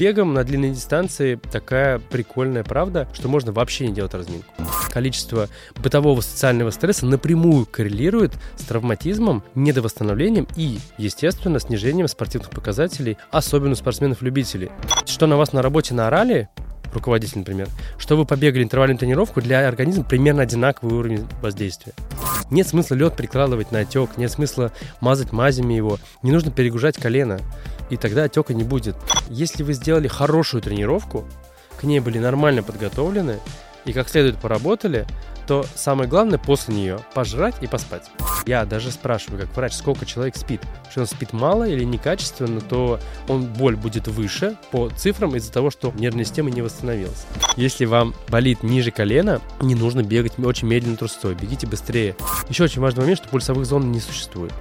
бегом на длинной дистанции такая прикольная правда, что можно вообще не делать разминку. Количество бытового социального стресса напрямую коррелирует с травматизмом, недовосстановлением и, естественно, снижением спортивных показателей, особенно у спортсменов-любителей. Что на вас на работе наорали, руководитель, например, что вы побегали интервальную тренировку, для организма примерно одинаковый уровень воздействия. Нет смысла лед прикладывать на отек, нет смысла мазать мазями его, не нужно перегружать колено, и тогда отека не будет. Если вы сделали хорошую тренировку, к ней были нормально подготовлены и как следует поработали, то самое главное после нее пожрать и поспать. Я даже спрашиваю, как врач, сколько человек спит. Если он спит мало или некачественно, то боль будет выше по цифрам из-за того, что нервная система не восстановилась. Если вам болит ниже колена, не нужно бегать очень медленно трусцой, бегите быстрее. Еще очень важный момент, что пульсовых зон не существует.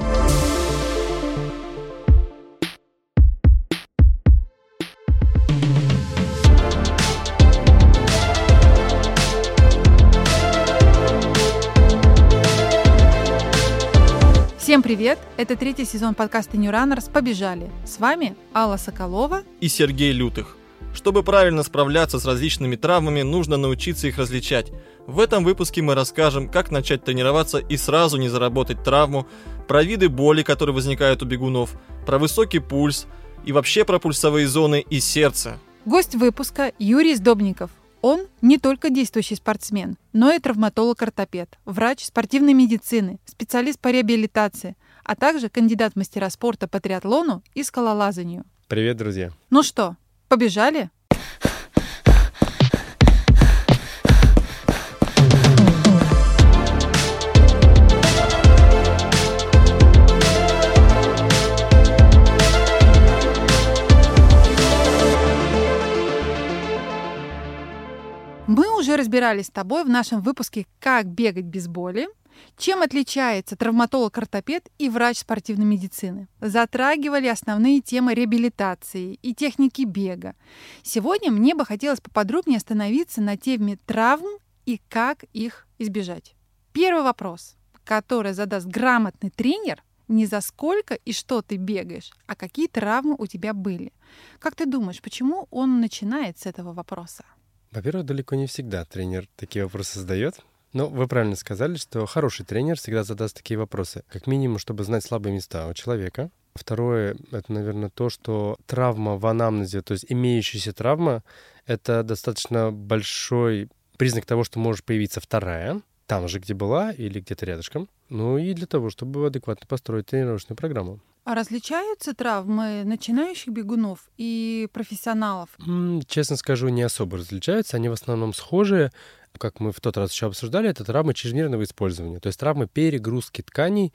Всем привет! Это 3-й сезон подкаста New Runners «Побежали». С вами Алла Соколова и Сергей Лютых. Чтобы правильно справляться с различными травмами, нужно научиться их различать. В этом выпуске мы расскажем, как начать тренироваться и сразу не заработать травму, про виды боли, которые возникают у бегунов, про высокий пульс и вообще про пульсовые зоны и сердце. Гость выпуска Юрий Сдобников. Он не только действующий спортсмен, но и травматолог-ортопед, врач спортивной медицины, специалист по реабилитации, а также кандидат в мастера спорта по триатлону и скалолазанию. Привет, друзья! Ну что, побежали? Мы уже разбирались с тобой в нашем выпуске «Как бегать без боли», чем отличается травматолог-ортопед и врач спортивной медицины. Затрагивали основные темы реабилитации и техники бега. Сегодня мне бы хотелось поподробнее остановиться на теме травм и как их избежать. Первый вопрос, который задаст грамотный тренер: не за сколько и что ты бегаешь, а какие травмы у тебя были. Как ты думаешь, почему он начинает с этого вопроса? Во-первых, далеко не всегда тренер такие вопросы задает. Но вы правильно сказали, что хороший тренер всегда задаст такие вопросы. Как минимум, чтобы знать слабые места у человека. Второе, это, наверное, то, что травма в анамнезе, то есть имеющаяся травма, это достаточно большой признак того, что может появиться вторая, там же, где была или где-то рядышком. Ну и для того, чтобы адекватно построить тренировочную программу. А различаются травмы начинающих бегунов и профессионалов? Честно скажу, не особо различаются. Они в основном схожие. Как мы в тот раз еще обсуждали, это травмы чрезмерного использования. То есть травмы перегрузки тканей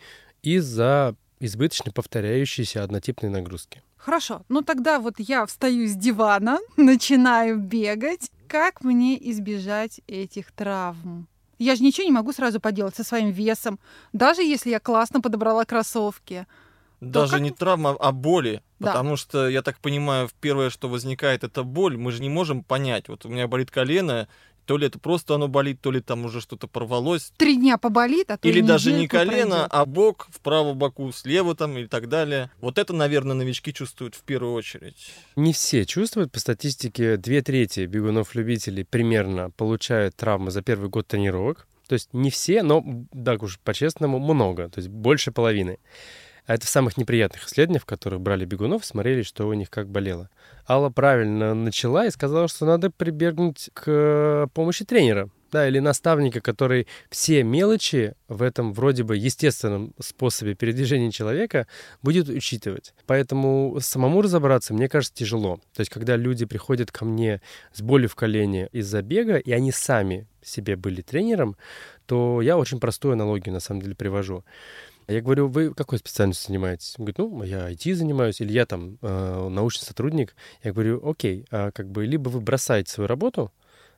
из-за избыточно повторяющейся однотипной нагрузки. Хорошо. Ну тогда вот я встаю с дивана, начинаю бегать. Как мне избежать этих травм? Я же ничего не могу сразу поделать со своим весом, даже если я классно подобрала кроссовки. Даже не травма, а боли. Да. Потому что, я так понимаю, первое, что возникает, это боль. Мы же не можем понять. Вот у меня болит колено, то ли это просто оно болит, то ли там уже что-то порвалось. 3 дня поболит, а то или даже не недельку колено, пройдет. а бок, вправо боку, слева там и так далее. Вот это, наверное, новички чувствуют в первую очередь. Не все чувствуют. По статистике 2/3 бегунов-любителей примерно получают травмы за первый год тренировок. То есть не все, но, так уж по-честному, много. То есть больше половины. А это в самых неприятных исследованиях, в которых брали бегунов, смотрели, что у них как болело. Алла правильно начала и сказала, что надо прибегнуть к помощи тренера, да, или наставника, который все мелочи в этом вроде бы естественном способе передвижения человека будет учитывать. Поэтому самому разобраться, мне кажется, тяжело. То есть, когда люди приходят ко мне с болью в колене из-за бега, и они сами себе были тренером, то я очень простую аналогию на самом деле привожу. Я говорю: вы какой специальностью занимаетесь? Он говорит: я IT занимаюсь, или я там научный сотрудник. Я говорю: окей, либо вы бросаете свою работу,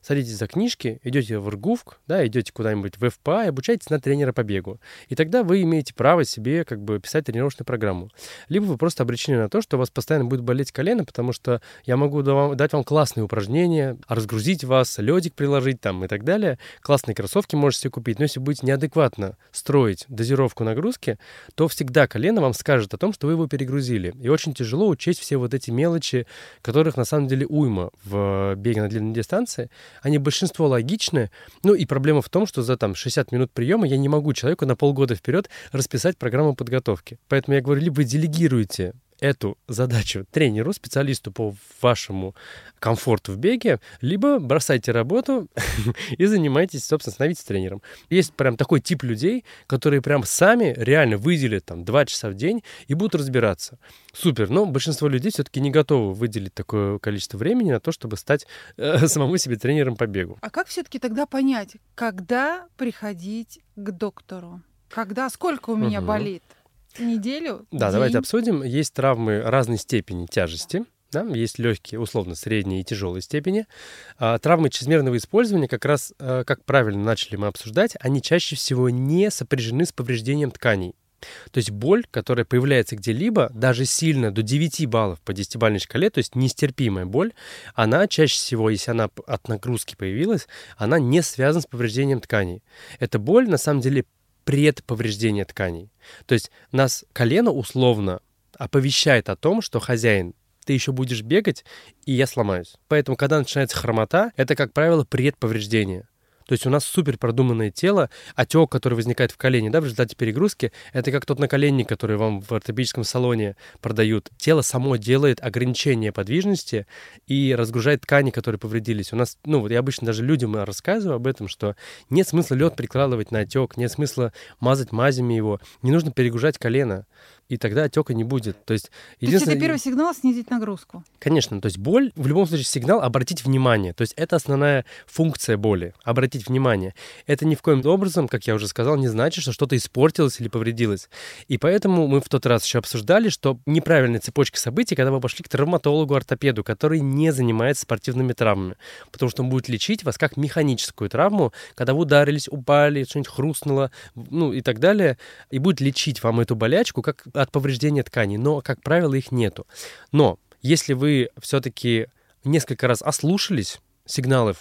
садитесь за книжки, идете в РГУФК, да, идете куда-нибудь в ФПА и обучаетесь на тренера по бегу. И тогда вы имеете право себе как бы писать тренировочную программу. Либо вы просто обречены на то, что у вас постоянно будет болеть колено, потому что я могу дать вам классные упражнения, разгрузить вас, лёдик приложить там и так далее. Классные кроссовки можете себе купить. Но если будете неадекватно строить дозировку нагрузки, то всегда колено вам скажет о том, что вы его перегрузили. И очень тяжело учесть все вот эти мелочи, которых на самом деле уйма в беге на длинной дистанции. Они большинство логичны. Ну и проблема в том, что за там 60 минут приема я не могу человеку на полгода вперед расписать программу подготовки. Поэтому я говорю, либо вы делегируете эту задачу тренеру, специалисту по вашему комфорту в беге, либо бросайте работу и занимайтесь, собственно, становитесь тренером. Есть прям такой тип людей, которые прям сами реально выделят там 2 часа в день и будут разбираться. Супер, но большинство людей все-таки не готовы выделить такое количество времени на то, чтобы стать самому себе тренером по бегу. А как все-таки тогда понять, когда приходить к доктору? Сколько у меня болит? Неделю? Да, день? давайте обсудим. Есть травмы разной степени тяжести. Да? Есть легкие, условно, средние и тяжелые степени. Травмы чрезмерного использования, как раз, как правильно начали мы обсуждать, они чаще всего не сопряжены с повреждением тканей. То есть боль, которая появляется где-либо, даже сильно, до 9 баллов по 10-бальной шкале, то есть нестерпимая боль, она чаще всего, если она от нагрузки появилась, она не связана с повреждением тканей. Эта боль, на самом деле, предповреждение тканей. То есть нас колено условно оповещает о том, что хозяин, ты еще будешь бегать, и я сломаюсь. Поэтому, когда начинается хромота, это, как правило, предповреждение. То есть у нас супер продуманное тело, отек, который возникает в колене, да, в результате перегрузки, это как тот наколенник, который вам в ортопедическом салоне продают. Тело само делает ограничение подвижности и разгружает ткани, которые повредились. У нас, вот я обычно даже людям рассказываю об этом, что нет смысла лед прикладывать на отек, нет смысла мазать мазями его, не нужно перегружать колено. И тогда отека не будет. То есть это первый сигнал снизить нагрузку? Конечно. То есть боль, в любом случае, сигнал обратить внимание. То есть это основная функция боли. Обратить внимание. Это ни в коем образом, как я уже сказал, не значит, что что-то испортилось или повредилось. И поэтому мы в тот раз еще обсуждали, что неправильная цепочка событий, когда вы пошли к травматологу-ортопеду, который не занимается спортивными травмами. Потому что он будет лечить вас как механическую травму, когда вы ударились, упали, что-нибудь хрустнуло, и так далее. И будет лечить вам эту болячку как от повреждения тканей, но, как правило, их нету. Но если вы все-таки несколько раз ослушались сигналов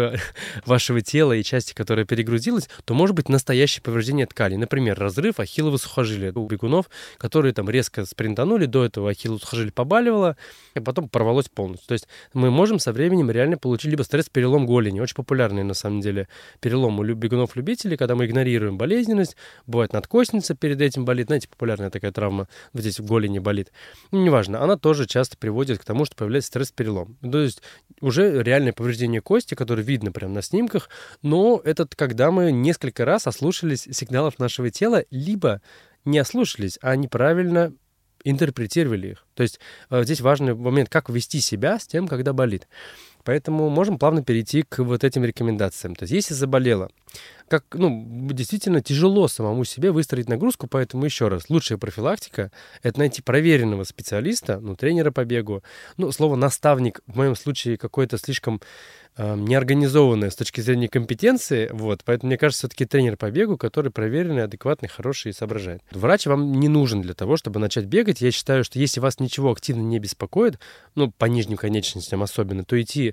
вашего тела и части, которая перегрузилась, то может быть настоящее повреждение тканей. Например, разрыв ахиллового сухожилия у бегунов, которые там резко спринтанули, до этого ахиллово сухожилие побаливало, и потом порвалось полностью. То есть мы можем со временем реально получить либо стресс-перелом голени, очень популярный на самом деле перелом у бегунов-любителей, когда мы игнорируем болезненность, бывает надкостница перед этим болит, знаете, популярная такая травма, вот здесь в голени болит. Неважно, она тоже часто приводит к тому, что появляется стресс-перелом. То есть уже реальное повреждение кости, которое видно прямо на снимках, но это когда мы несколько раз ослушались сигналов нашего тела, либо не ослушались, а неправильно интерпретировали их. То есть здесь важный момент, как вести себя с тем, когда болит. Поэтому можем плавно перейти к вот этим рекомендациям. То есть если заболело, действительно тяжело самому себе выстроить нагрузку, поэтому еще раз, лучшая профилактика – это найти проверенного специалиста, тренера по бегу. Слово «наставник» в моем случае какое-то слишком неорганизованное с точки зрения компетенции, поэтому, мне кажется, все-таки тренер по бегу, который проверенный, адекватный, хороший и соображает. Врач вам не нужен для того, чтобы начать бегать. Я считаю, что если вас ничего активно не беспокоит, по нижним конечностям особенно, то идти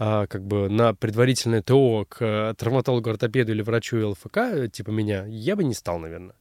на предварительное ТО к травматологу-ортопеду или врачу ЛФК, типа меня, я бы не стал, наверное.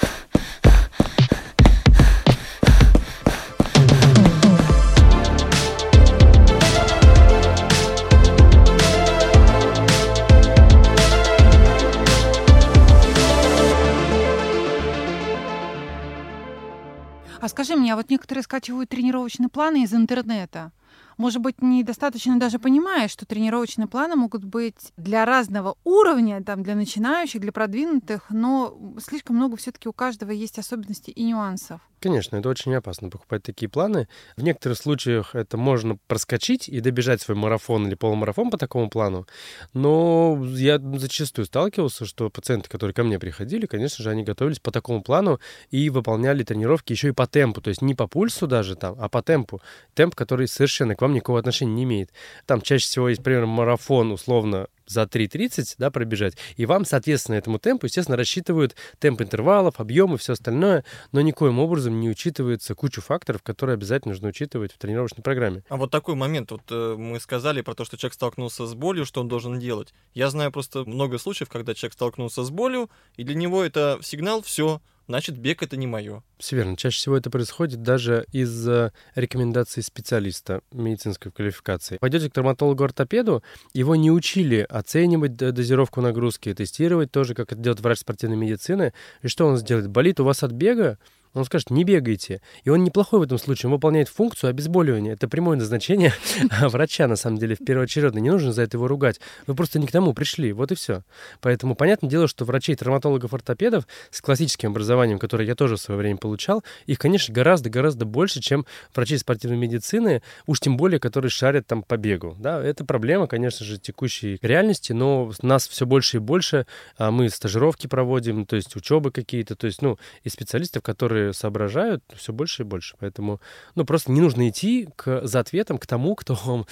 А скажи мне, некоторые скачивают тренировочные планы из интернета. Может быть, недостаточно даже понимая, что тренировочные планы могут быть для разного уровня, для начинающих, для продвинутых, но слишком много все-таки у каждого есть особенностей и нюансов. Конечно, это очень опасно покупать такие планы. В некоторых случаях это можно проскочить и добежать свой марафон или полумарафон по такому плану. Но я зачастую сталкивался, что пациенты, которые ко мне приходили, конечно же, они готовились по такому плану и выполняли тренировки еще и по темпу. То есть не по пульсу даже а по темпу. Темп, который совершенно к вам вам никакого отношения не имеет. Там чаще всего есть, например, марафон условно за 3:30, да, пробежать, и вам, соответственно, этому темпу, естественно, рассчитывают темп интервалов, объемы, все остальное, но никоим образом не учитывается кучу факторов, которые обязательно нужно учитывать в тренировочной программе. А вот такой момент, вот мы сказали про то, что человек столкнулся с болью, что он должен делать. Я знаю просто много случаев, когда человек столкнулся с болью, и для него это сигнал, все, значит, бег это не мое. Все верно. Чаще всего это происходит даже из рекомендаций специалиста медицинской квалификации. Пойдете к травматологу-ортопеду, его не учили оценивать дозировку нагрузки, тестировать тоже, как это делает врач спортивной медицины. И что он сделает? Болит у вас от бега? Он скажет, не бегайте. И он неплохой в этом случае. Он выполняет функцию обезболивания. Это прямое назначение врача, на самом деле, в первоочередно. Не нужно за это его ругать. Вы просто не к тому пришли. Вот и все. Поэтому понятное дело, что врачей, травматологов, ортопедов с классическим образованием, которое я тоже в свое время получал, их, конечно, гораздо больше, чем врачей спортивной медицины, уж тем более, которые шарят там по бегу. Да, это проблема, конечно же, текущей реальности, но нас все больше и больше. Мы стажировки проводим, то есть учебы какие-то, то есть, и специалистов, которые соображают все больше и больше. Поэтому, просто не нужно идти за ответом к тому, кто вам,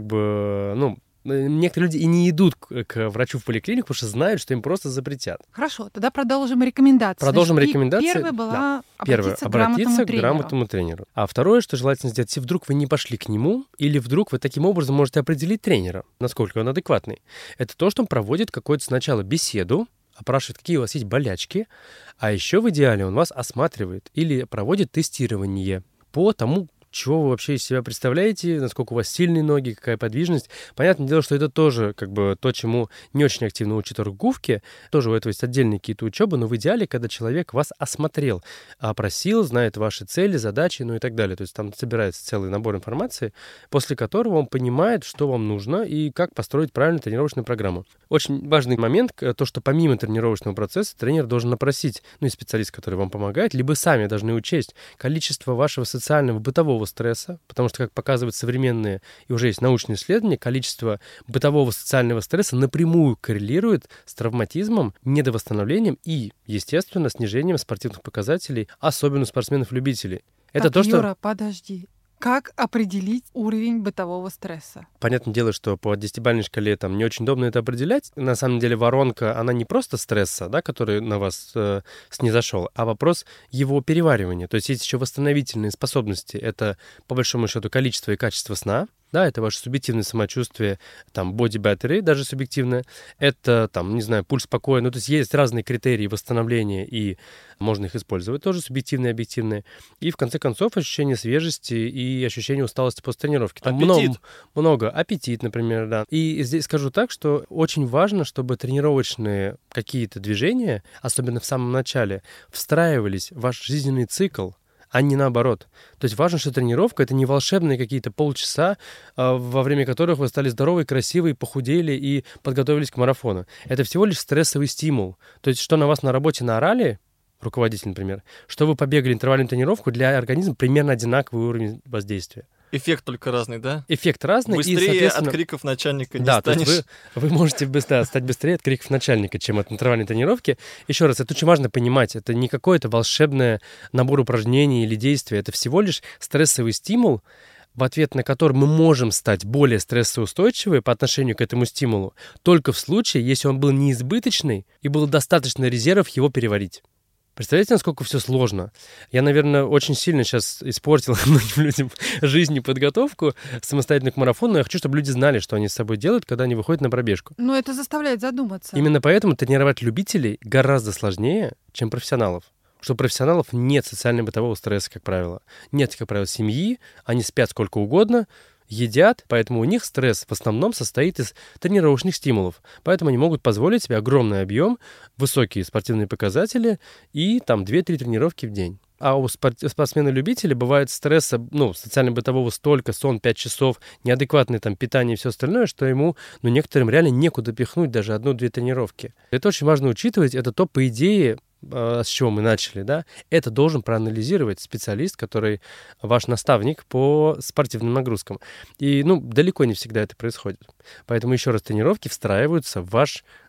некоторые люди и не идут к врачу в поликлинику, потому что знают, что им просто запретят. Хорошо, тогда продолжим рекомендации. Продолжим рекомендации. Первая была обратиться к грамотному тренеру. А второе, что желательно сделать, если вдруг вы не пошли к нему, или вдруг вы таким образом можете определить тренера, насколько он адекватный, это то, что он проводит какую-то сначала беседу, опрашивает, какие у вас есть болячки, а еще в идеале он вас осматривает или проводит тестирование по тому, чего вы вообще из себя представляете, насколько у вас сильные ноги, какая подвижность. Понятное дело, что это тоже то, чему не очень активно учат РГУФки. Тоже у этого есть отдельные какие-то учебы, но в идеале, когда человек вас осмотрел, опросил, знает ваши цели, задачи, и так далее. То есть там собирается целый набор информации, после которого он понимает, что вам нужно и как построить правильную тренировочную программу. Очень важный момент, то, что помимо тренировочного процесса тренер должен опросить, и специалист, который вам помогает, либо сами должны учесть количество вашего социального, бытового стресса, потому что, как показывают современные и уже есть научные исследования, количество бытового социального стресса напрямую коррелирует с травматизмом, недовосстановлением и, естественно, снижением спортивных показателей, особенно у спортсменов-любителей. Это то, что... Юра, подожди. Как определить уровень бытового стресса? Понятное дело, что по 10-бальной шкале не очень удобно это определять. На самом деле воронка, она не просто стресса, да, который на вас снизошел, а вопрос его переваривания. То есть есть еще восстановительные способности. Это, по большому счету, количество и качество сна. Да, это ваше субъективное самочувствие, body battery, даже субъективное. Это, пульс покоя. То есть есть разные критерии восстановления, и можно их использовать, тоже субъективные, объективные. И, в конце концов, ощущение свежести и ощущение усталости после тренировки. Аппетит. Много. Аппетит, например, да. И здесь скажу так, что очень важно, чтобы тренировочные какие-то движения, особенно в самом начале, встраивались в ваш жизненный цикл, а не наоборот. То есть важно, что тренировка — это не волшебные какие-то полчаса, во время которых вы стали здоровы, красивы, похудели и подготовились к марафону. Это всего лишь стрессовый стимул. То есть что на вас на работе наорали, руководитель, например, что вы побегали интервальную тренировку, для организма примерно одинаковый уровень воздействия. Эффект только разный, да? Эффект разный. Быстрее и, соответственно, от криков начальника не станешь. То есть вы можете стать быстрее от криков начальника, чем от интервальной тренировки. Еще раз, это очень важно понимать. Это не какой-то волшебный набор упражнений или действий. Это всего лишь стрессовый стимул, в ответ на который мы можем стать более стрессоустойчивы по отношению к этому стимулу, только в случае, если он был неизбыточный и было достаточно резервов его переварить. Представляете, насколько все сложно? Я, наверное, очень сильно сейчас испортил многим людям жизнь и подготовку самостоятельно к марафону, но я хочу, чтобы люди знали, что они с собой делают, когда они выходят на пробежку. Но это заставляет задуматься. Именно поэтому тренировать любителей гораздо сложнее, чем профессионалов. Что у профессионалов нет социально-бытового стресса, как правило. Нет, как правило, семьи, они спят сколько угодно, едят, поэтому у них стресс в основном состоит из тренировочных стимулов. Поэтому они могут позволить себе огромный объем, высокие спортивные показатели и 2-3 тренировки в день. А у спортсмена-любителя бывает стресса, социально-бытового столько, сон 5 часов, неадекватное питание и все остальное, что ему, некоторым реально некуда пихнуть даже 1-2 тренировки. Это очень важно учитывать, это то, по идее, с чего мы начали, да, это должен проанализировать специалист, который ваш наставник по спортивным нагрузкам. И, далеко не всегда это происходит. Поэтому, еще раз, тренировки встраиваются в ваш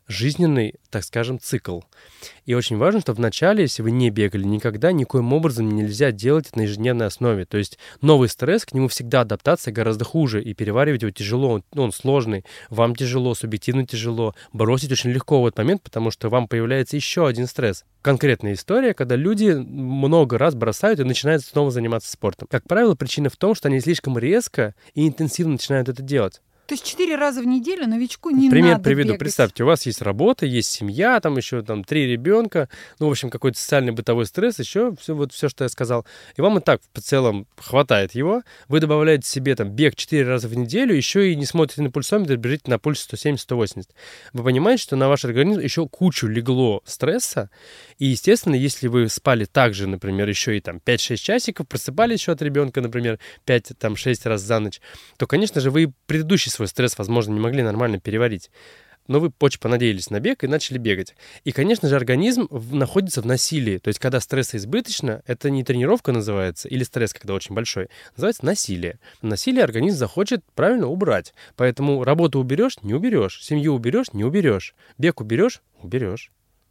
жизненный, так скажем, цикл. И очень важно, что вначале, если вы не бегали никогда, никоим образом нельзя делать это на ежедневной основе. То есть новый стресс, к нему всегда адаптация гораздо хуже, и переваривать его тяжело, он сложный, вам тяжело, субъективно тяжело, бросить очень легко в этот момент, потому что вам появляется еще один стресс. Конкретная история, когда люди много раз бросают и начинают снова заниматься спортом. Как правило, причина в том, что они слишком резко и интенсивно начинают это делать. То есть 4 раза в неделю новичку не Пример надо приведу. бегать. Представьте, у вас есть работа, есть семья, там еще 3 ребенка, в общем, какой-то социальный бытовой стресс, еще все, что я сказал. И вам и так в целом хватает его. Вы добавляете себе бег 4 раза в неделю, еще и не смотрите на пульсометр, бежите на пульсе 170-180. Вы понимаете, что на ваш организм еще кучу легло стресса. И, естественно, если вы спали также, например, еще и 5-6 часиков, просыпались еще от ребенка, например, 5-6 раз за ночь, то, конечно же, вы предыдущий свой стресс, возможно, не могли нормально переварить. Но вы очень понадеялись на бег и начали бегать. И, конечно же, организм находится в насилии. То есть, когда стресса избыточно, это не тренировка называется, или стресс, когда очень большой, называется насилие. Насилие организм захочет правильно убрать. Поэтому работу уберешь — не уберешь. Семью уберешь — не уберешь. Бег уберешь — уберешь.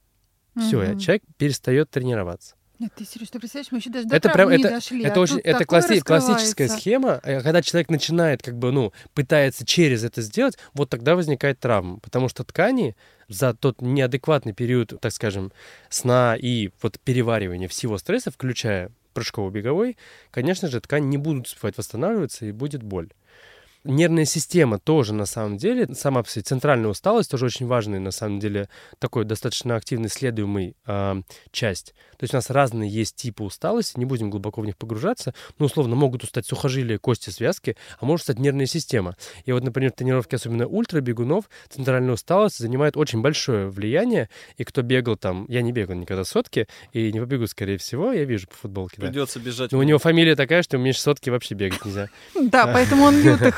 Все, человек перестает тренироваться. Нет, ты серьезно, ты представляешь, мы еще даже до травмы не дошли. Это классическая схема, когда человек начинает пытается через это сделать, вот тогда возникает травма, потому что ткани за тот неадекватный период, так скажем, сна и переваривания всего стресса, включая прыжково-беговой, конечно же, ткани не будут успевать восстанавливаться и будет боль. Нервная система тоже, на самом деле, сама по себе центральная усталость тоже очень важная, на самом деле, такой достаточно активно исследуемый часть. То есть у нас разные есть типы усталости, не будем глубоко в них погружаться, но, условно, могут устать сухожилия, кости, связки, а может стать нервная система. И например, тренировки, особенно ультрабегунов, центральная усталость занимает очень большое влияние, и кто бегал я не бегал никогда сотки, и не побегу, скорее всего, я вижу по футболке. Придется бежать. Но у него фамилия такая, что меньше сотки вообще бегать нельзя. Да, поэтому он лютых.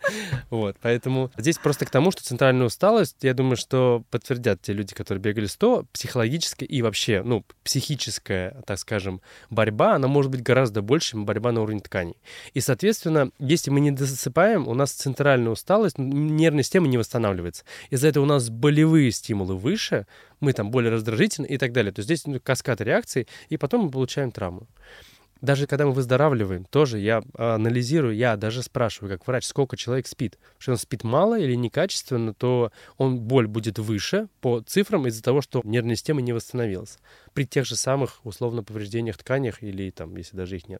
Поэтому здесь просто к тому, что центральная усталость, я думаю, что подтвердят те люди, которые бегали 100, психологическая и вообще, психическая, так скажем, борьба, она может быть гораздо больше, чем борьба на уровне тканей. И, соответственно, если мы не досыпаем, у нас центральная усталость, нервная система не восстанавливается. Из-за этого у нас болевые стимулы выше, мы более раздражительны и так далее. То есть здесь каскад реакций, и потом мы получаем травму. Даже когда мы выздоравливаем, тоже я анализирую, я даже спрашиваю, как врач, сколько человек спит. Если он спит мало или некачественно, то боль будет выше по цифрам из-за того, что нервная система не восстановилась. При тех же самых, условно, повреждениях тканях или если даже их нет.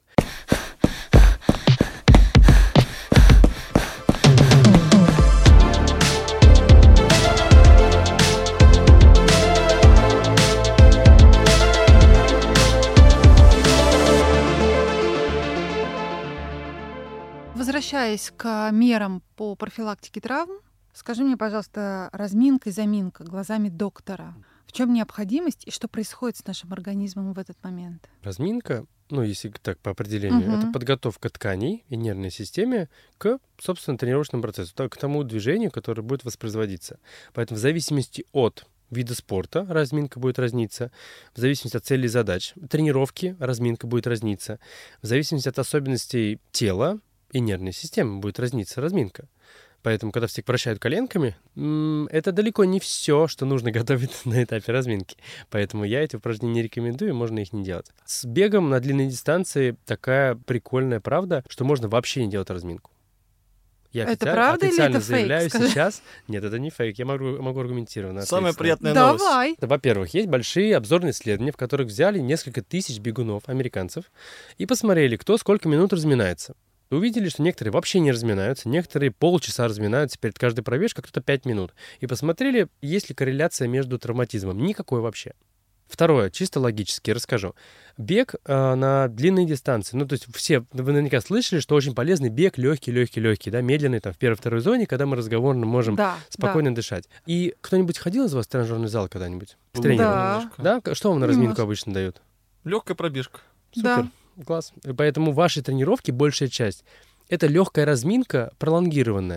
Возвращаясь к мерам по профилактике травм, скажи мне, пожалуйста, разминка и заминка глазами доктора. В чем необходимость и что происходит с нашим организмом в этот момент? Разминка, если так по определению, это подготовка тканей и нервной системе к, собственно, тренировочному процессу, к тому движению, которое будет воспроизводиться. Поэтому в зависимости от вида спорта разминка будет разниться, в зависимости от целей и задач тренировки разминка будет разниться, в зависимости от особенностей тела и нервной системы будет разниться разминка. Поэтому, когда все вращают коленками, это далеко не все, что нужно готовить на этапе разминки. Поэтому я эти упражнения не рекомендую, можно их не делать. С бегом на длинной дистанции такая прикольная правда, что можно вообще не делать разминку. Я это правда официально или это заявляю фейк? сейчас. Нет, это не фейк, я могу аргументированно ответить. Самая приятная новость. Давай. Во-первых, есть большие обзорные исследования, в которых взяли несколько тысяч бегунов, американцев, и посмотрели, кто сколько минут разминается. Увидели, что некоторые вообще не разминаются, некоторые полчаса разминаются перед каждой пробежкой, кто-то 5 минут. И посмотрели, есть ли корреляция между травматизмом. Никакой вообще. Второе, чисто логически, расскажу. Бег на длинной дистанции. То есть вы наверняка слышали, что очень полезный бег легкий, медленный, в первой-второй зоне, когда мы разговорно можем спокойно дышать. И кто-нибудь ходил из вас в тренажерный зал когда-нибудь? С тренером? Да. Что вам на разминку обычно дают? Легкая пробежка. Супер. Да. Класс. И поэтому ваши тренировки, большая часть, это легкая разминка, пролонгированная.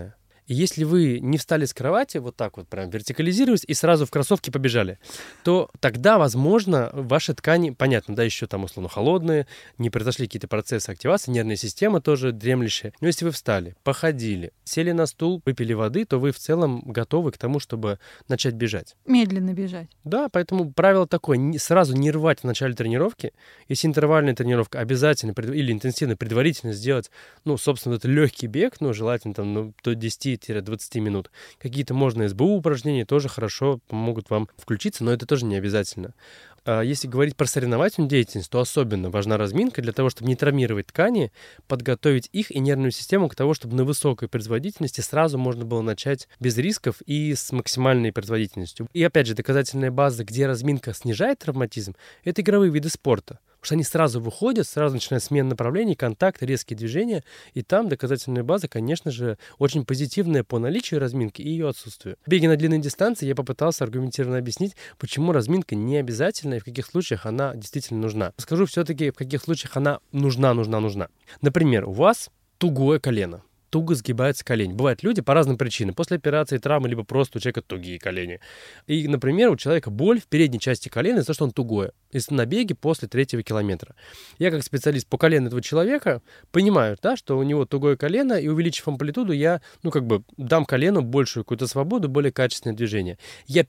И если вы не встали с кровати, вот так вот прям вертикализировались и сразу в кроссовки побежали, то тогда, возможно, ваши ткани, понятно, да, еще там условно холодные, не произошли какие-то процессы активации, нервная система тоже дремлющая. Но если вы встали, походили, сели на стул, выпили воды, то вы в целом готовы к тому, чтобы начать бежать. Медленно бежать. Да, поэтому правило такое, сразу не рвать в начале тренировки. Если интервальная тренировка, обязательно или интенсивно предварительно сделать, ну, собственно, это легкий бег, ну, желательно там до 10-20 минут. Какие-то можно СБУ упражнения тоже хорошо помогут вам включиться, но это тоже не обязательно. Если говорить про соревновательную деятельность, то особенно важна разминка для того, чтобы не травмировать ткани, подготовить их и нервную систему к тому, чтобы на высокой производительности сразу можно было начать без рисков и с максимальной производительностью. И опять же, доказательная база, где разминка снижает травматизм, это игровые виды спорта. Потому что они сразу выходят, сразу начинают смена направлений, контакт, резкие движения. И там доказательная база, конечно же, очень позитивная по наличию разминки и ее отсутствию. В беге на длинной дистанции я попытался аргументированно объяснить, почему разминка не обязательна и в каких случаях она действительно нужна. Скажу все-таки, в каких случаях она нужна. Например, у вас тугое колено. Туго сгибается колени. Бывают люди по разным причинам. После операции, травмы, либо просто у человека тугие колени. И, например, у человека боль в передней части колена из-за того, что он тугое. Если на беге после 3-го километра. Я, как специалист по колену этого человека, понимаю, да, что у него тугое колено, и увеличив амплитуду, я, дам колену большую какую-то свободу, более качественное движение. Я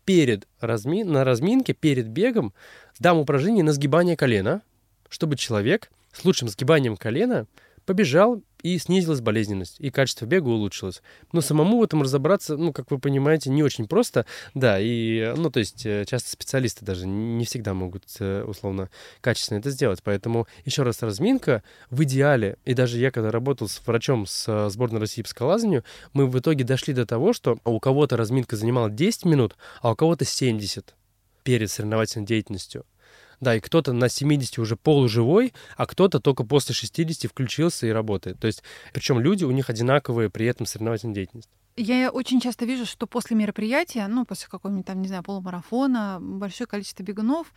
на разминке, перед бегом, дам упражнение на сгибание колена, чтобы человек с лучшим сгибанием колена побежал, и снизилась болезненность, и качество бега улучшилось. Но самому в этом разобраться, как вы понимаете, не очень просто. Да, и, часто специалисты даже не всегда могут, условно, качественно это сделать. Поэтому, еще раз, разминка в идеале, и даже я, когда работал с врачом с сборной России по скалолазанию, мы в итоге дошли до того, что у кого-то разминка занимала 10 минут, а у кого-то 70 перед соревновательной деятельностью. Да, и кто-то на 70 уже полуживой, а кто-то только после 60 включился и работает. То есть, причем люди, у них одинаковые при этом соревновательная деятельность. Я очень часто вижу, что после мероприятия, после какого-нибудь полумарафона, большое количество бегунов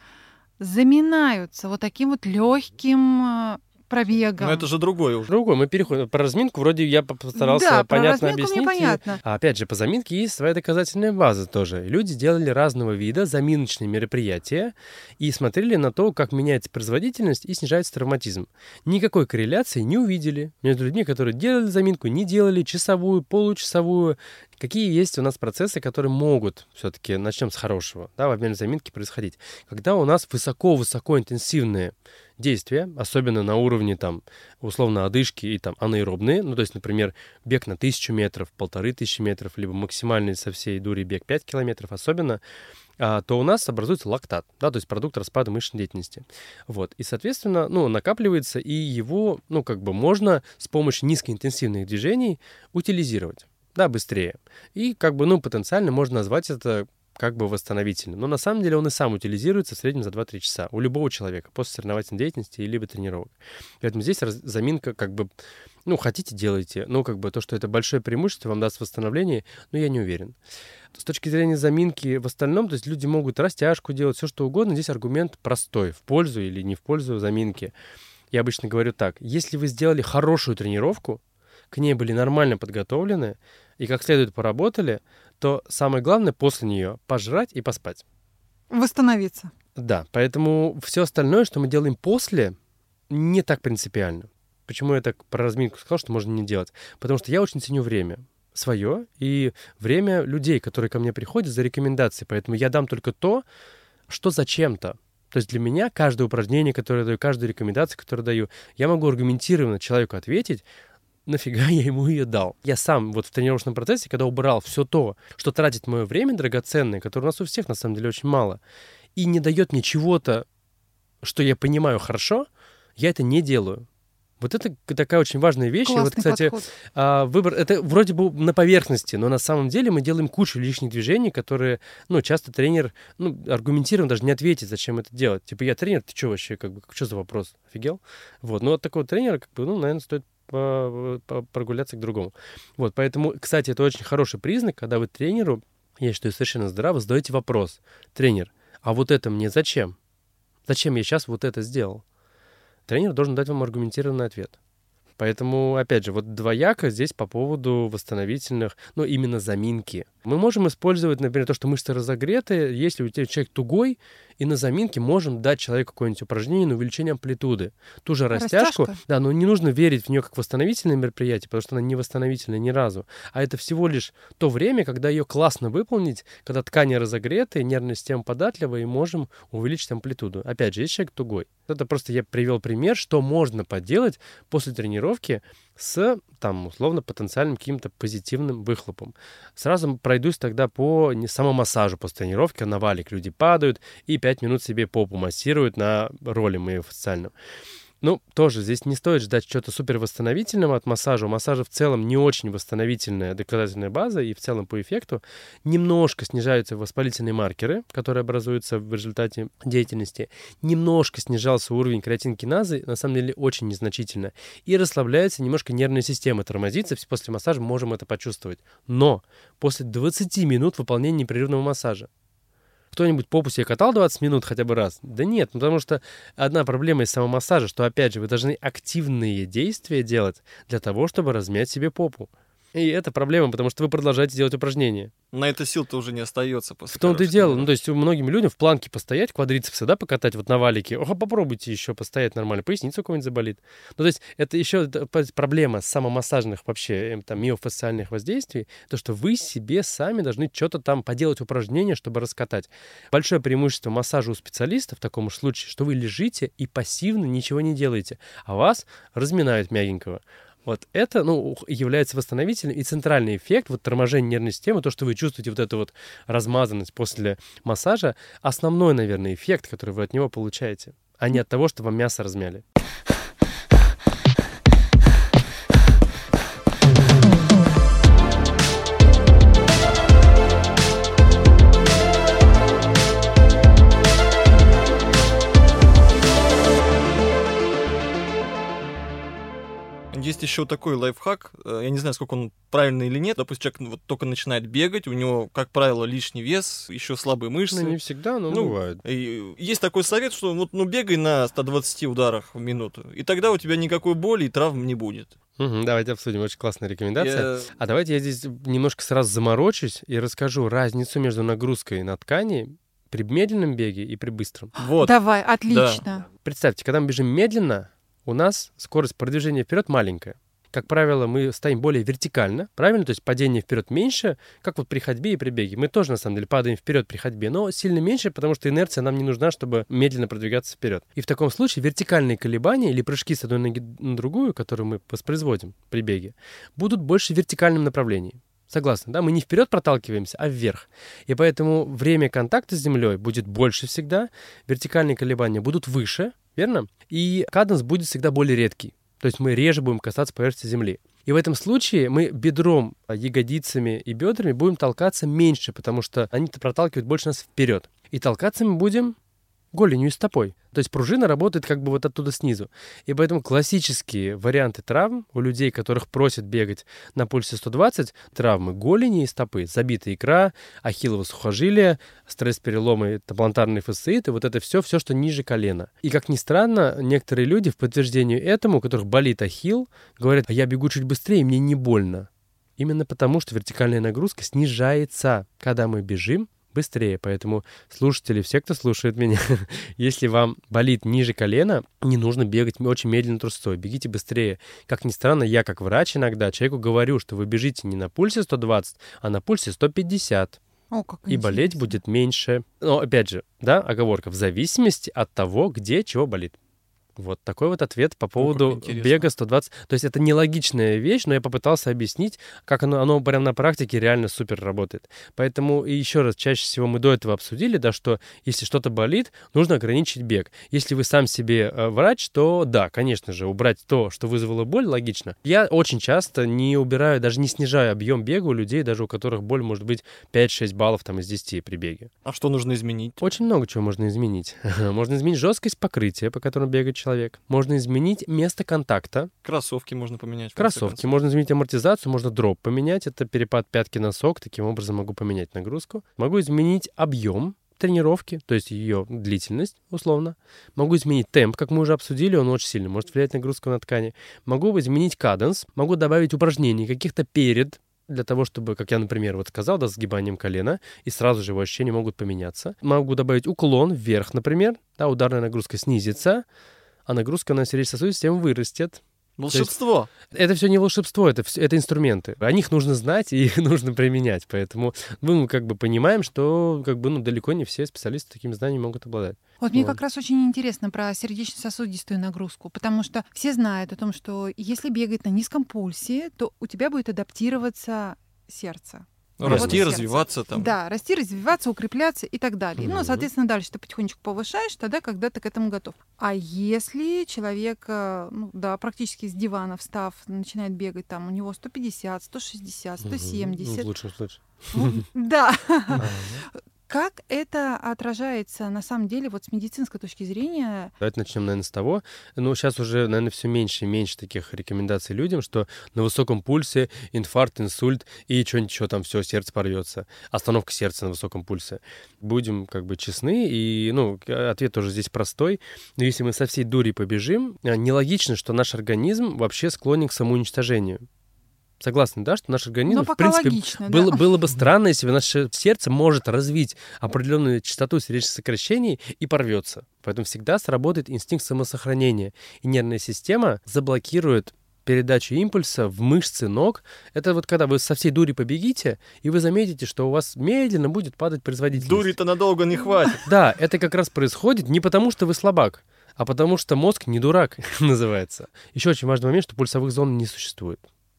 заминаются вот таким вот легким пробегом. Но это же другое уже. Другое. Мы переходим. Про разминку вроде я постарался понятно объяснить. Мне понятно. А опять же, по заминке есть своя доказательная база тоже. Люди делали разного вида заминочные мероприятия и смотрели на то, как меняется производительность и снижается травматизм. Никакой корреляции не увидели между людьми, которые делали заминку, не делали, часовую, получасовую. Какие есть у нас процессы, которые могут, все-таки начнем с хорошего, да, во время заминки происходить. Когда у нас высоко интенсивные действия, особенно на уровне, условно, одышки и анаэробные, то есть, например, бег на 1000 метров, 1500 метров, либо максимальный со всей дури бег 5 километров особенно, то у нас образуется лактат, да, то есть продукт распада мышечной деятельности. Вот. И, соответственно, накапливается, и его, можно с помощью низкоинтенсивных движений утилизировать. Да, быстрее. И потенциально можно назвать это восстановительным. Но на самом деле он и сам утилизируется в среднем за 2-3 часа у любого человека после соревновательной деятельности либо тренировок. Поэтому здесь заминка хотите, делайте. То, что это большое преимущество, вам даст восстановление, но я не уверен. С точки зрения заминки в остальном, то есть люди могут растяжку делать, все что угодно. Здесь аргумент простой, в пользу или не в пользу заминки. Я обычно говорю так. Если вы сделали хорошую тренировку, к ней были нормально подготовлены и как следует поработали, то самое главное после нее пожрать и поспать. Восстановиться. Да, поэтому все остальное, что мы делаем после, не так принципиально. Почему я так про разминку сказал, что можно не делать? Потому что я очень ценю время свое и время людей, которые ко мне приходят за рекомендацией. Поэтому я дам только то, что зачем-то. То есть для меня каждое упражнение, которое я даю, каждую рекомендацию, которую даю, я могу аргументированно человеку ответить, нафига я ему ее дал. Я сам в тренировочном процессе, когда убрал все то, что тратит мое время драгоценное, которое у нас у всех на самом деле очень мало, и не дает мне чего-то, что я понимаю хорошо, я это не делаю. Вот это такая очень важная вещь. Классный и кстати, подход. Выбор, это вроде бы на поверхности, но на самом деле мы делаем кучу лишних движений, которые, часто тренер, аргументированно даже не ответит, зачем это делать. Типа, я тренер, ты что вообще, что за вопрос? Офигел? Вот, от такого тренера, наверное, стоит прогуляться к другому. Вот, поэтому, кстати, это очень хороший признак, когда вы тренеру, я считаю, совершенно здраво, задаете вопрос. Тренер, а вот это мне зачем? Зачем я сейчас вот это сделал? Тренер должен дать вам аргументированный ответ. Поэтому, опять же, вот двояко здесь по поводу восстановительных, ну, именно заминки. Мы можем использовать, например, то, что мышцы разогреты, если у тебя человек тугой, и на заминке можем дать человеку какое-нибудь упражнение на увеличение амплитуды. Ту же растяжку, да, но не нужно верить в нее как восстановительное мероприятие, потому что она не восстановительная ни разу. А это всего лишь то время, когда ее классно выполнить, когда ткани разогреты, нервная система податлива, и можем увеличить амплитуду. Опять же, если человек тугой. Это просто я привел пример, что можно поделать после тренировки с, там, условно, потенциальным каким-то позитивным выхлопом. Сразу пройдусь тогда по самомассажу после тренировки. На валик люди падают и 5 минут себе попу массируют на роли миофасциальном. Ну, тоже здесь не стоит ждать чего-то супер восстановительного от массажа. У массажа в целом не очень восстановительная доказательная база, и в целом по эффекту немножко снижаются воспалительные маркеры, которые образуются в результате деятельности. Немножко снижался уровень креатинкиназы, на самом деле очень незначительно. И расслабляется немножко нервная система, тормозится. После массажа мы можем это почувствовать. Но после 20 минут выполнения непрерывного массажа кто-нибудь попу себе катал 20 минут хотя бы раз? Да нет, потому что одна проблема из самомассажа, что, опять же, вы должны активные действия делать для того, чтобы размять себе попу. И это проблема, потому что вы продолжаете делать упражнения. На это сил-то уже не остается после. В том-то и дело. Ну, то есть у многим людям в планке постоять, квадрицепсы, да, покатать вот на валике. Попробуйте еще постоять нормально, поясница у кого-нибудь заболит. Ну, то есть это еще проблема самомассажных вообще там миофасциальных воздействий, то, что вы себе сами должны что-то там поделать упражнение, чтобы раскатать. Большое преимущество массажа у специалиста в таком случае, что вы лежите и пассивно ничего не делаете, а вас разминают мягенького. Вот это, является восстановительным, и центральный эффект, вот торможение нервной системы, то, что вы чувствуете вот эту вот размазанность после массажа, основной, наверное, эффект, который вы от него получаете, а не от того, что вам мясо размяли. Есть еще такой лайфхак, я не знаю, сколько он правильный или нет. Допустим, человек вот только начинает бегать, у него, как правило, лишний вес, еще слабые мышцы. Ну, не всегда, но бывает. Есть такой совет, что бегай на 120 ударах в минуту, и тогда у тебя никакой боли и травм не будет. Давайте обсудим, очень классная рекомендация. А давайте я здесь немножко сразу заморочусь и расскажу разницу между нагрузкой на ткани при медленном беге и при быстром. Вот. Давай, отлично. Да. Представьте, когда мы бежим медленно, у нас скорость продвижения вперед маленькая. Как правило, мы стоим более вертикально, правильно? То есть падение вперед меньше, как вот при ходьбе и при беге. Мы тоже, на самом деле, падаем вперед при ходьбе, но сильно меньше, потому что инерция нам не нужна, чтобы медленно продвигаться вперед. И в таком случае вертикальные колебания или прыжки с одной ноги на другую, которые мы воспроизводим при беге, будут больше в вертикальном направлении. Согласны, да? Мы не вперед проталкиваемся, а вверх. И поэтому время контакта с землей будет больше всегда, вертикальные колебания будут выше, верно? И каденс будет всегда более редкий. То есть мы реже будем касаться поверхности земли. И в этом случае мы бедром, ягодицами и бедрами будем толкаться меньше, потому что они-то проталкивают больше нас вперед. И толкаться мы будем голенью и стопой. То есть пружина работает как бы вот оттуда снизу. И поэтому классические варианты травм у людей, которых просят бегать на пульсе 120, травмы голени и стопы, забитая икра, ахиллово сухожилие, стресс-переломы, плантарные фасцииты, вот это все, что ниже колена. И как ни странно, некоторые люди в подтверждение этому, у которых болит ахилл, говорят: а я бегу чуть быстрее, мне не больно. Именно потому, что вертикальная нагрузка снижается, когда мы бежим быстрее. Поэтому слушатели, все, кто слушает меня, если вам болит ниже колена, не нужно бегать очень медленно трусцой. Бегите быстрее. Как ни странно, я как врач иногда человеку говорю, что вы бежите не на пульсе 120, а на пульсе 150. О, как и болеть будет меньше. Но опять же, да, оговорка, в зависимости от того, где чего болит. Вот такой вот ответ по поводу бега 120. То есть это нелогичная вещь, но я попытался объяснить, как оно прямо на практике реально супер работает. Поэтому и еще раз, чаще всего мы до этого обсудили, да, что если что-то болит, нужно ограничить бег. Если вы сам себе врач, то да, конечно же, убрать то, что вызвало боль, логично. Я очень часто не убираю, даже не снижаю объем бега у людей, даже у которых боль может быть 5-6 баллов там, из 10 при беге. А что нужно изменить? Очень много чего можно изменить. Можно изменить жесткость покрытия, по которому бегает человек. Можно изменить место контакта. Кроссовки можно поменять. Кроссовки. Можно изменить амортизацию, можно дроп поменять. Это перепад пятки-носок. Таким образом могу поменять нагрузку. Могу изменить объем тренировки, то есть ее длительность, условно. Могу изменить темп, как мы уже обсудили, он очень сильно может влиять на нагрузку на ткани. Могу изменить каденс, могу добавить упражнений каких-то перед, для того, чтобы, как я, например, вот сказал, да, с сгибанием колена, и сразу же его ощущения могут поменяться. Могу добавить уклон вверх, например, да, ударная нагрузка снизится, а нагрузка на сердечно-сосудистую систему вырастет. Волшебство. Это все не волшебство, это инструменты. О них нужно знать, и их нужно применять. Поэтому мы как бы понимаем, что как бы, далеко не все специалисты такими знаниями могут обладать. Вот мне как раз очень интересно про сердечно-сосудистую нагрузку, потому что все знают о том, что если бегать на низком пульсе, то у тебя будет адаптироваться сердце. Расти, развиваться там. Да, расти, развиваться, укрепляться и так далее. Ну, соответственно, дальше ты потихонечку повышаешь, тогда, когда ты к этому готов. А если человек, практически с дивана встав, начинает бегать, там у него 150, 160, 170. В лучшем случае. Да. Как это отражается на самом деле вот с медицинской точки зрения? Давайте начнем, наверное, с того. Сейчас уже, наверное, все меньше и меньше таких рекомендаций людям, что на высоком пульсе инфаркт, инсульт и что-нибудь еще там все, сердце порвется. Остановка сердца на высоком пульсе. Будем как бы честны, и, ответ тоже здесь простой. Но если мы со всей дури побежим, нелогично, что наш организм вообще склонен к самоуничтожению. Согласны, да, что наш организм, в принципе, логично, было бы странно, если бы наше сердце может развить определенную частоту сердечных сокращений и порвется. Поэтому всегда сработает инстинкт самосохранения. И нервная система заблокирует передачу импульса в мышцы ног. Это вот когда вы со всей дури побегите, и вы заметите, что у вас медленно будет падать производительность. Дури-то надолго не хватит. Да, это как раз происходит не потому, что вы слабак, а потому что мозг не дурак, называется. Еще очень важный момент, что пульсовых зон не существует.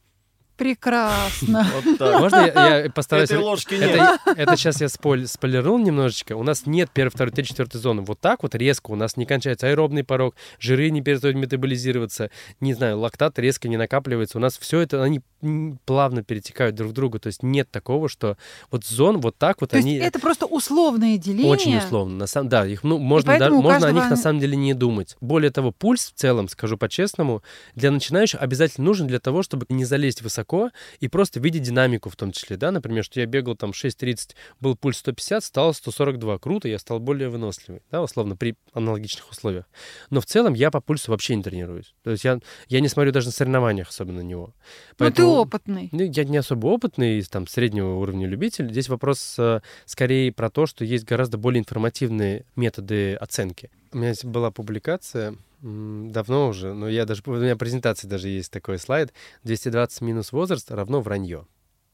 Прекрасно. Вот так. Можно я постараюсь... Этой ложки нет. Это сейчас я спойлернул немножечко. У нас нет первой, второй, третьей, четвертой зоны. Вот так вот резко у нас не кончается аэробный порог, жиры не перестают метаболизироваться, не знаю, лактат резко не накапливается. У нас все это, они плавно перетекают друг в друга. То есть нет такого, что вот зон вот так вот То они... есть это просто условные деления? Очень условно. Да, их, можно о них на самом деле не думать. Более того, пульс в целом, скажу по-честному, для начинающих обязательно нужен для того, чтобы не залезть высоко и просто видеть динамику в том числе, да, например, что я бегал там 6:30, был пульс 150, стал 142, круто, я стал более выносливый, да, условно, при аналогичных условиях. Но в целом я по пульсу вообще не тренируюсь, то есть я не смотрю даже на соревнованиях особо на него. Поэтому, ты опытный. Я не особо опытный, там, среднего уровня любитель. Здесь вопрос скорее про то, что есть гораздо более информативные методы оценки. У меня была публикация... Давно уже, но у меня презентации даже есть такой слайд. 220 минус возраст равно вранье.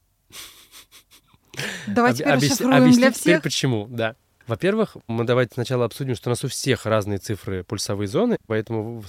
Давайте расшифруем для всех. Теперь почему, да. Во-первых, мы давайте сначала обсудим, что у нас у всех разные цифры пульсовые зоны, поэтому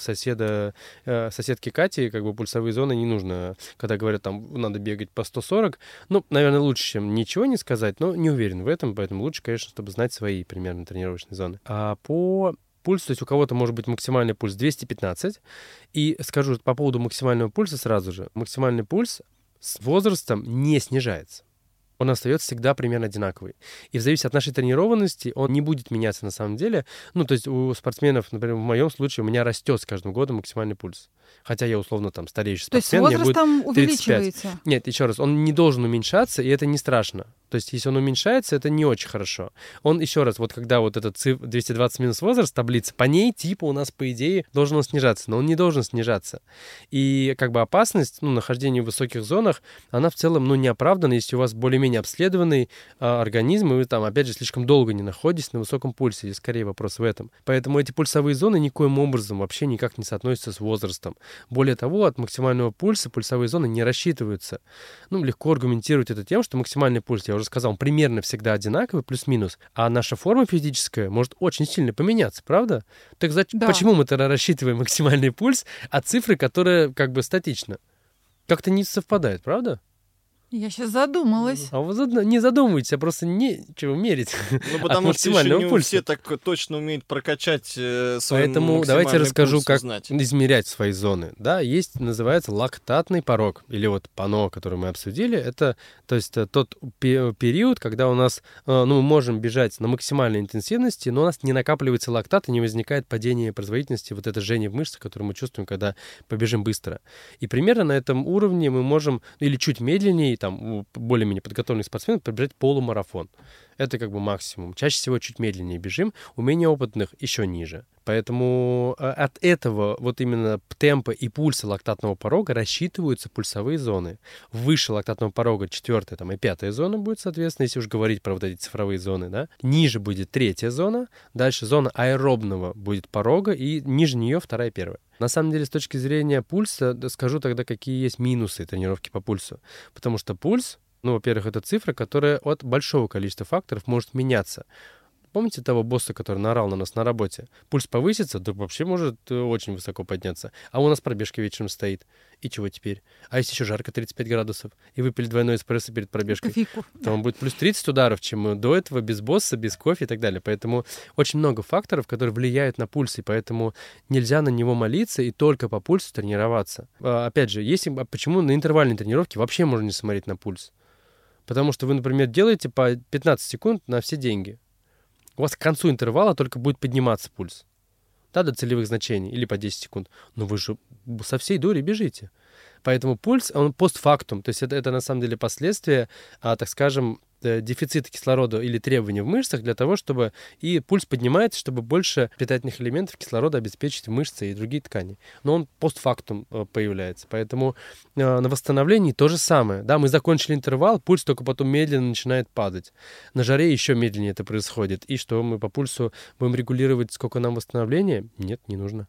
соседке Кати как бы пульсовые зоны не нужно, когда говорят, там, надо бегать по 140. Наверное, лучше, чем ничего не сказать, но не уверен в этом, поэтому лучше, конечно, чтобы знать свои примерно тренировочные зоны. А по пульс, то есть у кого-то может быть максимальный пульс 215. И скажу по поводу максимального пульса сразу же. Максимальный пульс с возрастом не снижается. Он остается всегда примерно одинаковый. И в зависимости от нашей тренированности он не будет меняться на самом деле. То есть у спортсменов, например, в моем случае, у меня растет с каждым годом максимальный пульс. Хотя я условно там стареющий спортсмен. То есть с возрастом увеличивается? Нет, еще раз, он не должен уменьшаться, и это не страшно. То есть если он уменьшается, это не очень хорошо. Он, еще раз, вот когда вот этот 220 минус возраст, таблица, по ней типа у нас, по идее, должен он снижаться, но он не должен снижаться. И как бы опасность, нахождения в высоких зонах, она в целом, не оправдана, если у вас более-менее обследованный организм, и вы там, опять же, слишком долго не находитесь на высоком пульсе, и скорее вопрос в этом. Поэтому эти пульсовые зоны никоим образом вообще никак не соотносятся с возрастом. Более того, от максимального пульса пульсовые зоны не рассчитываются. Легко аргументировать это тем, что максимальный пульс, я уже сказал, он примерно всегда одинаковый, плюс-минус, а наша форма физическая может очень сильно поменяться, правда? Так почему мы тогда рассчитываем максимальный пульс, а цифры, которые как бы статичны? Как-то не совпадает, правда? Я сейчас задумалась. А вы не задумывайтесь, а просто нечего мерить. Потому что еще не все так точно умеют прокачать свой Поэтому давайте расскажу, как узнать. измерять свои зоны. Да, называется лактатный порог, или вот ПАНО, который мы обсудили. Это, то есть, тот период, когда у нас, мы можем бежать на максимальной интенсивности, но у нас не накапливается лактат и не возникает падение производительности, вот это жжение в мышцах, которое мы чувствуем, когда побежим быстро. И примерно на этом уровне мы можем, или чуть медленнее, там, более-менее подготовленных спортсменов пробежать полумарафон. Это как бы максимум. Чаще всего чуть медленнее бежим, у менее опытных еще ниже. Поэтому от этого вот именно темпа и пульса лактатного порога рассчитываются пульсовые зоны. Выше лактатного порога 4-я там, и 5-я зона будет, соответственно, если уж говорить про вот эти цифровые зоны, да. Ниже будет 3-я зона, дальше зона аэробного будет порога, и ниже нее 2-я и 1-я. На самом деле, с точки зрения пульса, скажу тогда, какие есть минусы тренировки по пульсу. Потому что пульс, во-первых, это цифра, которая от большого количества факторов может меняться. Помните того босса, который наорал на нас на работе? Пульс повысится, да вообще может очень высоко подняться. А у нас пробежка вечером стоит. И чего теперь? А если еще жарко 35 градусов, и выпили двойной эспрессо перед пробежкой, кофейку, то он будет плюс 30 ударов, чем до этого, без босса, без кофе и так далее. Поэтому очень много факторов, которые влияют на пульс, и поэтому нельзя на него молиться и только по пульсу тренироваться. Опять же, почему на интервальной тренировке вообще можно не смотреть на пульс? Потому что вы, например, делаете по 15 секунд на все деньги. У вас к концу интервала только будет подниматься пульс. Да, до целевых значений, или по 10 секунд. Но вы же со всей дури бежите. Поэтому пульс, он постфактум. То есть это на самом деле последствия, так скажем, дефицита кислорода или требования в мышцах для того, чтобы и пульс поднимается, чтобы больше питательных элементов кислорода обеспечить в мышцы и другие ткани. Но он постфактум появляется. Поэтому на восстановлении то же самое. Да, мы закончили интервал, пульс только потом медленно начинает падать. На жаре еще медленнее это происходит. И что, мы по пульсу будем регулировать, сколько нам восстановления? Нет, не нужно.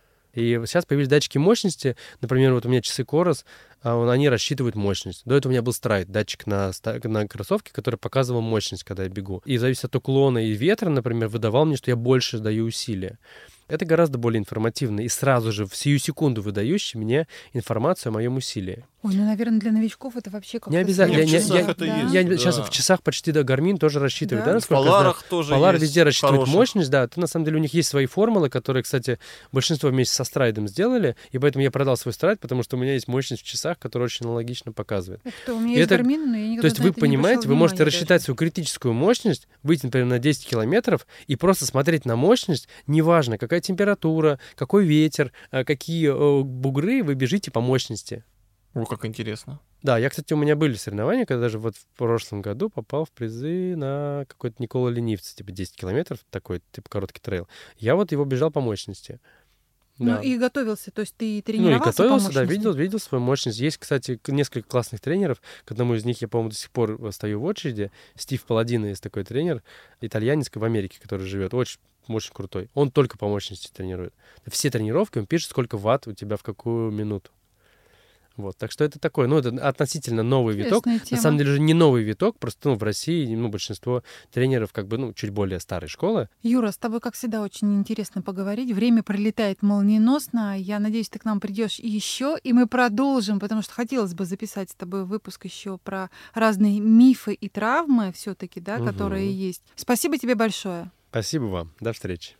И сейчас появились датчики мощности. Например, вот у меня часы Coros, они рассчитывают мощность. До этого у меня был Stride, датчик на кроссовке, который показывал мощность, когда я бегу. И зависит от уклона и ветра, например, выдавал мне, что я больше даю усилия. Это гораздо более информативно и сразу же в сию секунду выдающий мне информацию о моем усилии. Ой, наверное, для новичков это вообще как-то... Не обязательно. Сейчас да. в часах почти Garmin тоже рассчитывает. Да? В Поларах тоже Polar есть везде рассчитывает хороших. мощность. Да, на самом деле у них есть свои формулы, которые, кстати, большинство вместе со Stride сделали, и поэтому я продал свой Stride, потому что у меня есть мощность в часах, которая очень аналогично показывает. У меня есть Garmin, но я никогда. То есть вы понимаете, вы можете рассчитать свою критическую мощность, выйти, например, на 10 километров и просто смотреть на мощность, неважно, какая температура, какой ветер, какие бугры, вы бежите по мощности. О, как интересно. Да, кстати, у меня были соревнования, когда даже вот в прошлом году попал в призы на какой-то Никола Ленивца, типа 10 километров, такой, типа короткий трейл. Я вот его бежал по мощности. Ну да. И готовился, то есть ты тренировался и готовился, по да, мощности? видел свою мощность. Есть, кстати, несколько классных тренеров. К одному из них я, по-моему, до сих пор стою в очереди. Стив Паладино есть такой тренер, итальянец в Америке, который живет. Очень крутой. Он только по мощности тренирует. Все тренировки он пишет, сколько ватт у тебя в какую минуту. Вот, так что это такой, это относительно новый виток. Тема. На самом деле же не новый виток, просто в России большинство тренеров чуть более старой школы. Юра, с тобой, как всегда, очень интересно поговорить. Время пролетает молниеносно. Я надеюсь, ты к нам придешь еще, и мы продолжим, потому что хотелось бы записать с тобой выпуск еще про разные мифы и травмы все-таки, да, которые есть. Спасибо тебе большое. Спасибо вам. До встречи.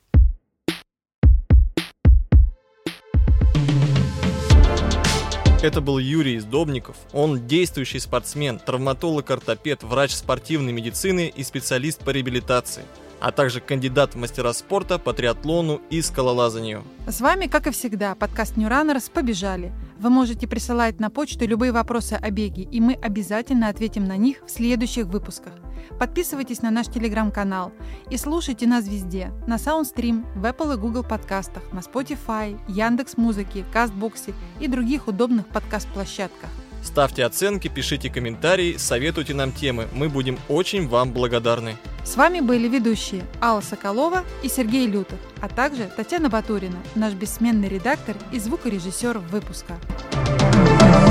Это был Юрий Издобников. Он действующий спортсмен, травматолог-ортопед, врач спортивной медицины и специалист по реабилитации, а также кандидат в мастера спорта по триатлону и скалолазанию. С вами, как и всегда, подкаст New Runners «Побежали». Вы можете присылать на почту любые вопросы о беге, и мы обязательно ответим на них в следующих выпусках. Подписывайтесь на наш телеграм-канал и слушайте нас везде: на Soundstream, в Apple и Google подкастах, на Spotify, Яндекс.Музыке, Кастбоксе и других удобных подкаст-площадках. Ставьте оценки, пишите комментарии, советуйте нам темы. Мы будем очень вам благодарны. С вами были ведущие Алла Соколова и Сергей Лютов, а также Татьяна Батурина, наш бессменный редактор и звукорежиссер выпуска.